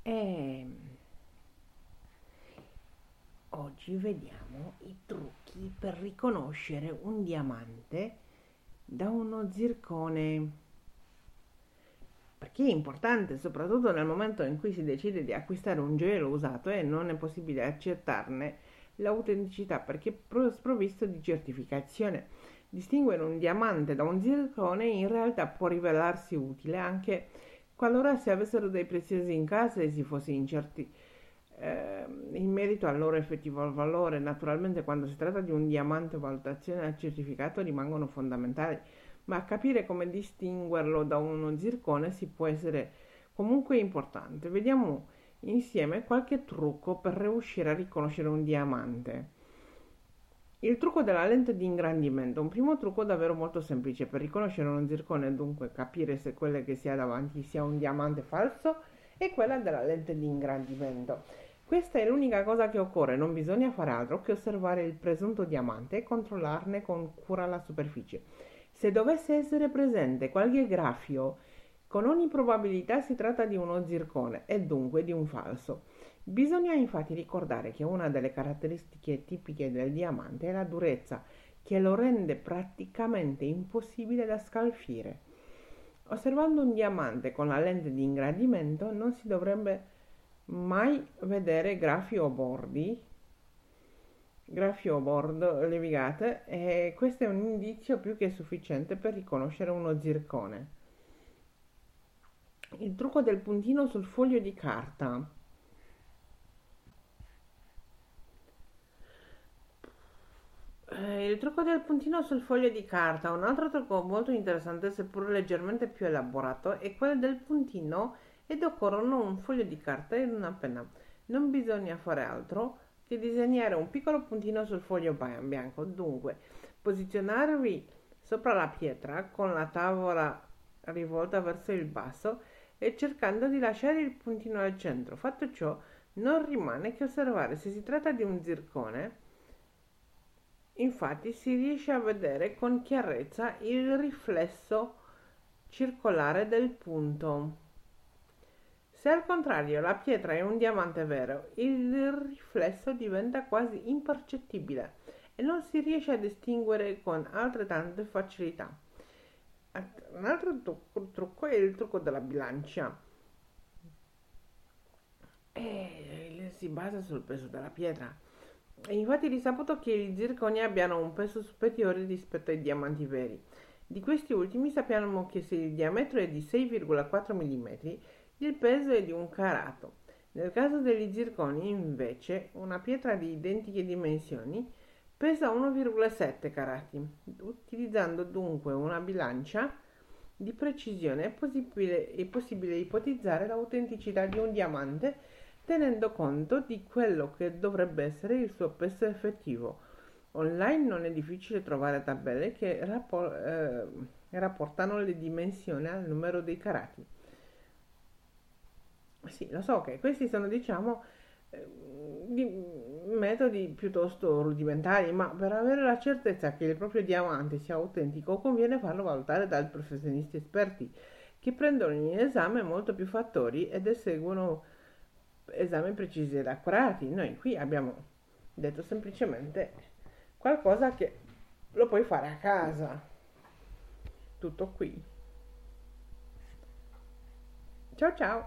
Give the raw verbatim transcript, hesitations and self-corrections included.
E oggi vediamo i trucchi per riconoscere un diamante da uno zircone, perché è importante soprattutto nel momento in cui si decide di acquistare un gioiello usato e non è possibile accertarne l'autenticità perché è sprovvisto di certificazione. Distinguere un diamante da un zircone in realtà può rivelarsi utile anche qualora si avessero dei preziosi in casa e si fosse incerti eh, in merito al loro effettivo valore. Naturalmente quando si tratta di un diamante valutazione al certificato rimangono fondamentali, ma capire come distinguerlo da uno zircone si può essere comunque importante. Vediamo insieme qualche trucco per riuscire a riconoscere un diamante. Il trucco della lente di ingrandimento, un primo trucco davvero molto semplice per riconoscere uno zircone, e dunque capire se quella che si ha davanti sia un diamante falso, è quella della lente di ingrandimento. Questa è l'unica cosa che occorre, non bisogna fare altro che osservare il presunto diamante e controllarne con cura la superficie. Se dovesse essere presente qualche graffio, con ogni probabilità si tratta di uno zircone e dunque di un falso. Bisogna infatti ricordare che una delle caratteristiche tipiche del diamante è la durezza, che lo rende praticamente impossibile da scalfire. Osservando un diamante con la lente di ingrandimento non si dovrebbe mai vedere graffi o bordi, graffi o bordo levigate, e questo è un indizio più che sufficiente per riconoscere uno zircone. Il trucco del puntino sul foglio di carta. Eh, il trucco del puntino sul foglio di carta, un altro trucco molto interessante, seppur leggermente più elaborato, è quello del puntino ed occorrono un foglio di carta e una penna. Non bisogna fare altro che disegnare un piccolo puntino sul foglio bianco. Dunque, posizionarvi sopra la pietra con la tavola rivolta verso il basso e cercando di lasciare il puntino al centro. Fatto ciò, non rimane che osservare se si tratta di un zircone. Infatti si riesce a vedere con chiarezza il riflesso circolare del punto. Se al contrario la pietra è un diamante vero, il riflesso diventa quasi impercettibile e non si riesce a distinguere con altrettanta facilità. Un altro trucco è il trucco della bilancia. E si basa sul peso della pietra. È infatti risaputo che i zirconi abbiano un peso superiore rispetto ai diamanti veri. Di questi ultimi sappiamo che se il diametro è di sei virgola quattro millimetri, il peso è di un carato. Nel caso degli zirconi, invece, una pietra di identiche dimensioni pesa uno virgola sette carati. Utilizzando dunque una bilancia di precisione è possibile, è possibile ipotizzare l'autenticità di un diamante tenendo conto di quello che dovrebbe essere il suo peso effettivo. Online non è difficile trovare tabelle che rappor- eh, rapportano le dimensioni al numero dei carati. Sì, lo so che questi sono, diciamo, eh, di- metodi piuttosto rudimentali, ma per avere la certezza che il proprio diamante sia autentico conviene farlo valutare da professionisti esperti che prendono in esame molto più fattori ed eseguono esami precisi ed accurati. Noi qui abbiamo detto semplicemente qualcosa che lo puoi fare a casa. Tutto qui. Ciao ciao!